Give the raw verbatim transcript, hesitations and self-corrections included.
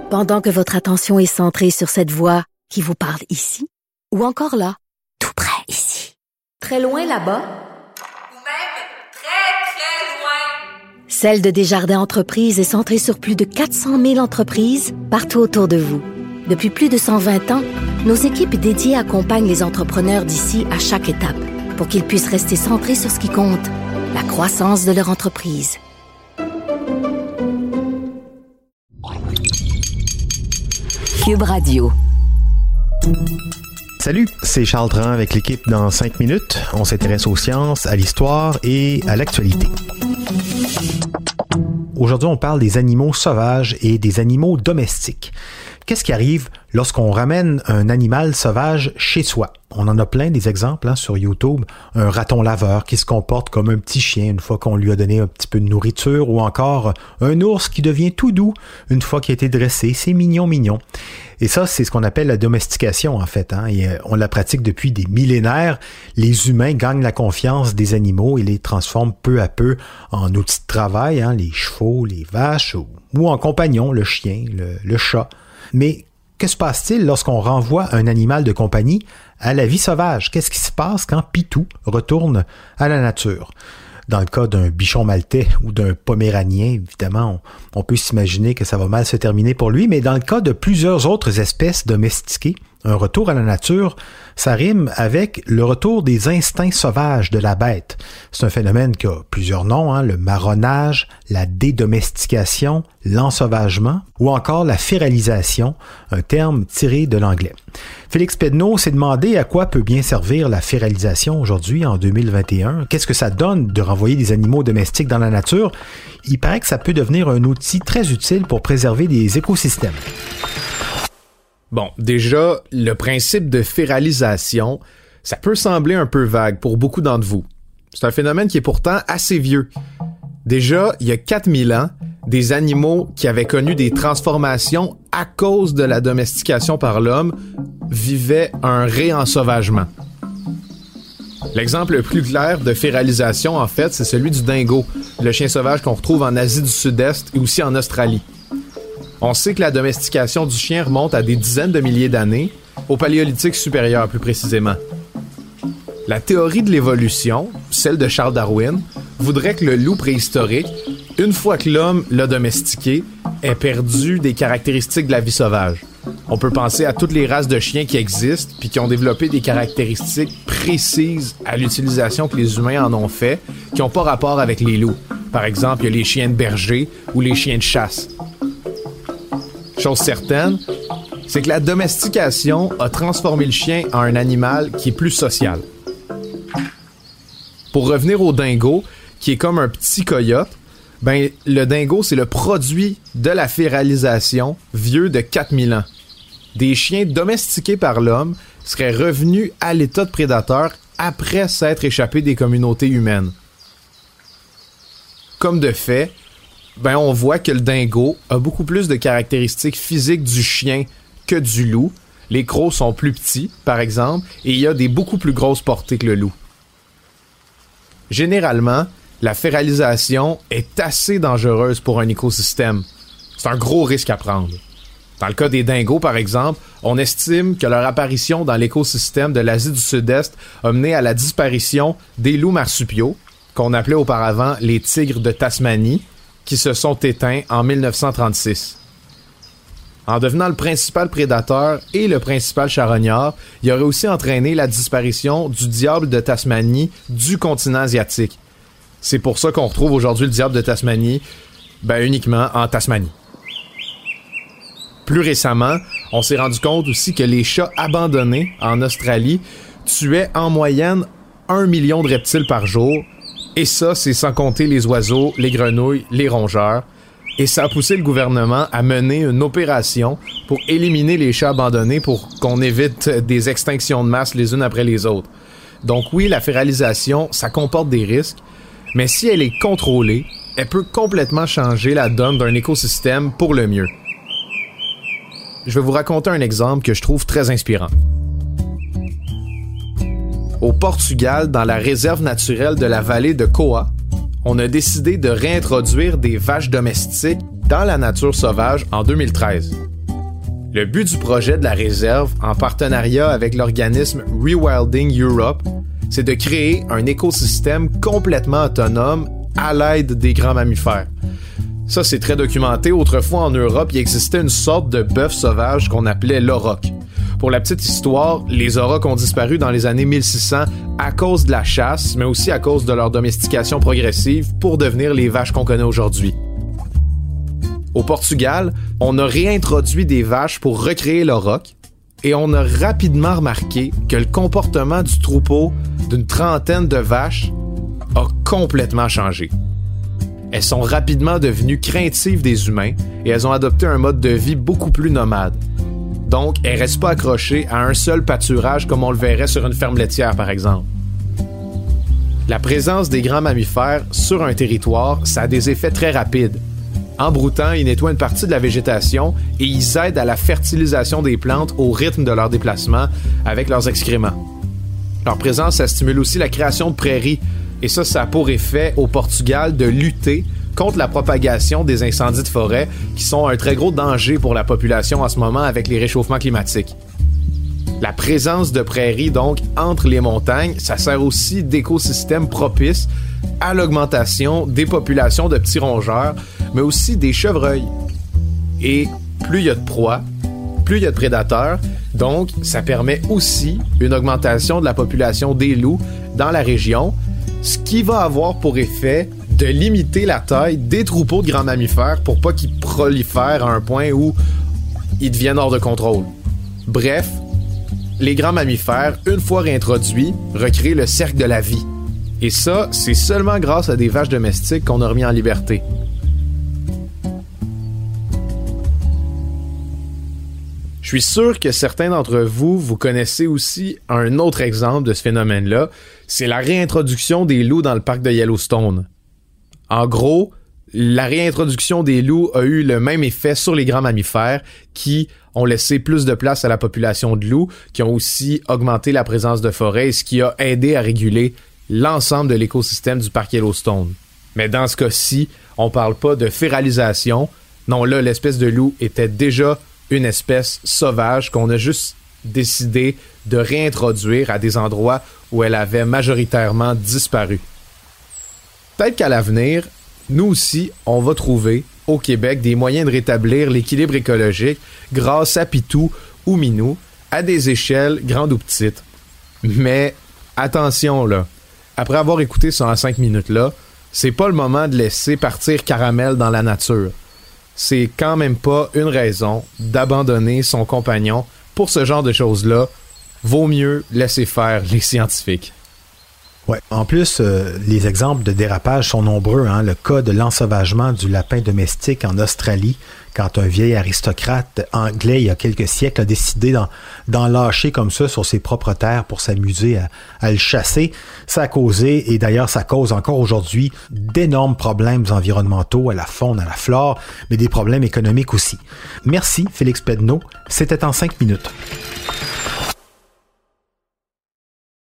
Pendant que votre attention est centrée sur cette voix qui vous parle ici, ou encore là, tout près ici, très loin là-bas, ou même très, très loin. Celle de Desjardins Entreprises est centrée sur plus de quatre cent mille entreprises partout autour de vous. Depuis plus de cent vingt ans, nos équipes dédiées accompagnent les entrepreneurs d'ici à chaque étape pour qu'ils puissent rester centrés sur ce qui compte, la croissance de leur entreprise. Cube Radio. Salut, c'est Charles Tran avec l'équipe dans cinq minutes. On s'intéresse aux sciences, à l'histoire et à l'actualité. Aujourd'hui, on parle des animaux sauvages et des animaux domestiques. Qu'est-ce qui arrive lorsqu'on ramène un animal sauvage chez soi? On en a plein des exemples hein, sur YouTube. Un raton laveur qui se comporte comme un petit chien une fois qu'on lui a donné un petit peu de nourriture, ou encore un ours qui devient tout doux une fois qu'il a été dressé. C'est mignon, mignon. Et ça, c'est ce qu'on appelle la domestication, en fait. Hein, et on la pratique depuis des millénaires. Les humains gagnent la confiance des animaux et les transforment peu à peu en outils de travail, hein, les chevaux, les vaches, ou, ou en compagnons, le chien, le, le chat. Mais que se passe-t-il lorsqu'on renvoie un animal de compagnie à la vie sauvage? Qu'est-ce qui se passe quand Pitou retourne à la nature? Dans le cas d'un bichon maltais ou d'un poméranien, évidemment, on, on peut s'imaginer que ça va mal se terminer pour lui, mais dans le cas de plusieurs autres espèces domestiquées, un retour à la nature, ça rime avec le retour des instincts sauvages de la bête. C'est un phénomène qui a plusieurs noms, hein, le marronnage, la dédomestication, l'ensauvagement ou encore la féralisation, un terme tiré de l'anglais. Félix Pedneau s'est demandé à quoi peut bien servir la féralisation aujourd'hui en deux mille vingt et un. Qu'est-ce que ça donne de renvoyer des animaux domestiques dans la nature? Il paraît que ça peut devenir un outil très utile pour préserver des écosystèmes. Bon, déjà, le principe de féralisation, ça peut sembler un peu vague pour beaucoup d'entre vous. C'est un phénomène qui est pourtant assez vieux. Déjà, il y a quatre mille ans, des animaux qui avaient connu des transformations à cause de la domestication par l'homme vivaient un réensauvagement. L'exemple le plus clair de féralisation, en fait, c'est celui du dingo, le chien sauvage qu'on retrouve en Asie du Sud-Est et aussi en Australie. On sait que la domestication du chien remonte à des dizaines de milliers d'années, au Paléolithique supérieur plus précisément. La théorie de l'évolution, celle de Charles Darwin, voudrait que le loup préhistorique, une fois que l'homme l'a domestiqué, ait perdu des caractéristiques de la vie sauvage. On peut penser à toutes les races de chiens qui existent puis qui ont développé des caractéristiques précises à l'utilisation que les humains en ont fait, qui n'ont pas rapport avec les loups. Par exemple, il y a les chiens de berger ou les chiens de chasse. Chose certaine, c'est que la domestication a transformé le chien en un animal qui est plus social. Pour revenir au dingo, qui est comme un petit coyote, ben le dingo, c'est le produit de la féralisation vieux de quatre mille ans. Des chiens domestiqués par l'homme seraient revenus à l'état de prédateur après s'être échappés des communautés humaines. Comme de fait, ben on voit que le dingo a beaucoup plus de caractéristiques physiques du chien que du loup. Les crocs sont plus petits, par exemple, et il y a des beaucoup plus grosses portées que le loup. Généralement, la féralisation est assez dangereuse pour un écosystème. C'est un gros risque à prendre. Dans le cas des dingos, par exemple, on estime que leur apparition dans l'écosystème de l'Asie du Sud-Est a mené à la disparition des loups marsupiaux, qu'on appelait auparavant les tigres de Tasmanie, qui se sont éteints en dix-neuf cent trente-six. En devenant le principal prédateur et le principal charognard, il aurait aussi entraîné la disparition du diable de Tasmanie du continent asiatique. C'est pour ça qu'on retrouve aujourd'hui le diable de Tasmanie, ben uniquement en Tasmanie. Plus récemment, on s'est rendu compte aussi que les chats abandonnés en Australie tuaient en moyenne un million de reptiles par jour, et ça, c'est sans compter les oiseaux, les grenouilles, les rongeurs. Et ça a poussé le gouvernement à mener une opération pour éliminer les chats abandonnés pour qu'on évite des extinctions de masse les unes après les autres. Donc oui, la féralisation, ça comporte des risques, mais si elle est contrôlée, elle peut complètement changer la donne d'un écosystème pour le mieux. Je vais vous raconter un exemple que je trouve très inspirant. Au Portugal, dans la réserve naturelle de la vallée de Coa, on a décidé de réintroduire des vaches domestiques dans la nature sauvage en deux mille treize. Le but du projet de la réserve, en partenariat avec l'organisme Rewilding Europe, c'est de créer un écosystème complètement autonome à l'aide des grands mammifères. Ça, c'est très documenté. Autrefois, en Europe, il existait une sorte de bœuf sauvage qu'on appelait l'auroch. Pour la petite histoire, les aurochs ont disparu dans les années mille six cents à cause de la chasse, mais aussi à cause de leur domestication progressive pour devenir les vaches qu'on connaît aujourd'hui. Au Portugal, on a réintroduit des vaches pour recréer l'auroch et on a rapidement remarqué que le comportement du troupeau d'une trentaine de vaches a complètement changé. Elles sont rapidement devenues craintives des humains et elles ont adopté un mode de vie beaucoup plus nomade. Donc, elles ne restent pas accrochées à un seul pâturage comme on le verrait sur une ferme laitière, par exemple. La présence des grands mammifères sur un territoire, ça a des effets très rapides. En broutant, ils nettoient une partie de la végétation et ils aident à la fertilisation des plantes au rythme de leur déplacement avec leurs excréments. Leur présence, ça stimule aussi la création de prairies. Et ça, ça a pour effet au Portugal de lutter contre la propagation des incendies de forêt qui sont un très gros danger pour la population en ce moment avec les réchauffements climatiques. La présence de prairies, donc, entre les montagnes, ça sert aussi d'écosystème propice à l'augmentation des populations de petits rongeurs, mais aussi des chevreuils. Et plus il y a de proies, plus il y a de prédateurs, donc ça permet aussi une augmentation de la population des loups dans la région, ce qui va avoir pour effet de limiter la taille des troupeaux de grands mammifères pour pas qu'ils prolifèrent à un point où ils deviennent hors de contrôle. Bref, les grands mammifères, une fois réintroduits, recréent le cercle de la vie. Et ça, c'est seulement grâce à des vaches domestiques qu'on a remis en liberté. Je suis sûr que certains d'entre vous, vous connaissez aussi un autre exemple de ce phénomène-là, c'est la réintroduction des loups dans le parc de Yellowstone. En gros, la réintroduction des loups a eu le même effet sur les grands mammifères qui ont laissé plus de place à la population de loups, qui ont aussi augmenté la présence de forêt, ce qui a aidé à réguler l'ensemble de l'écosystème du parc Yellowstone. Mais dans ce cas-ci, on parle pas de féralisation. Non, là, l'espèce de loup était déjà une espèce sauvage qu'on a juste décidé de réintroduire à des endroits où elle avait majoritairement disparu. Peut-être qu'à l'avenir, nous aussi, on va trouver au Québec des moyens de rétablir l'équilibre écologique grâce à Pitou ou Minou, à des échelles grandes ou petites. Mais attention là, après avoir écouté ce cinq minutes-là, c'est pas le moment de laisser partir Caramel dans la nature. C'est quand même pas une raison d'abandonner son compagnon pour ce genre de choses-là. Vaut mieux laisser faire les scientifiques. Ouais. En plus, euh, les exemples de dérapage sont nombreux. Hein? Le cas de l'ensauvagement du lapin domestique en Australie, quand un vieil aristocrate anglais, il y a quelques siècles, a décidé d'en, d'en lâcher comme ça sur ses propres terres pour s'amuser à, à le chasser. Ça a causé, et d'ailleurs ça cause encore aujourd'hui, d'énormes problèmes environnementaux à la faune, à la flore, mais des problèmes économiques aussi. Merci Félix Pedneau, c'était en cinq minutes.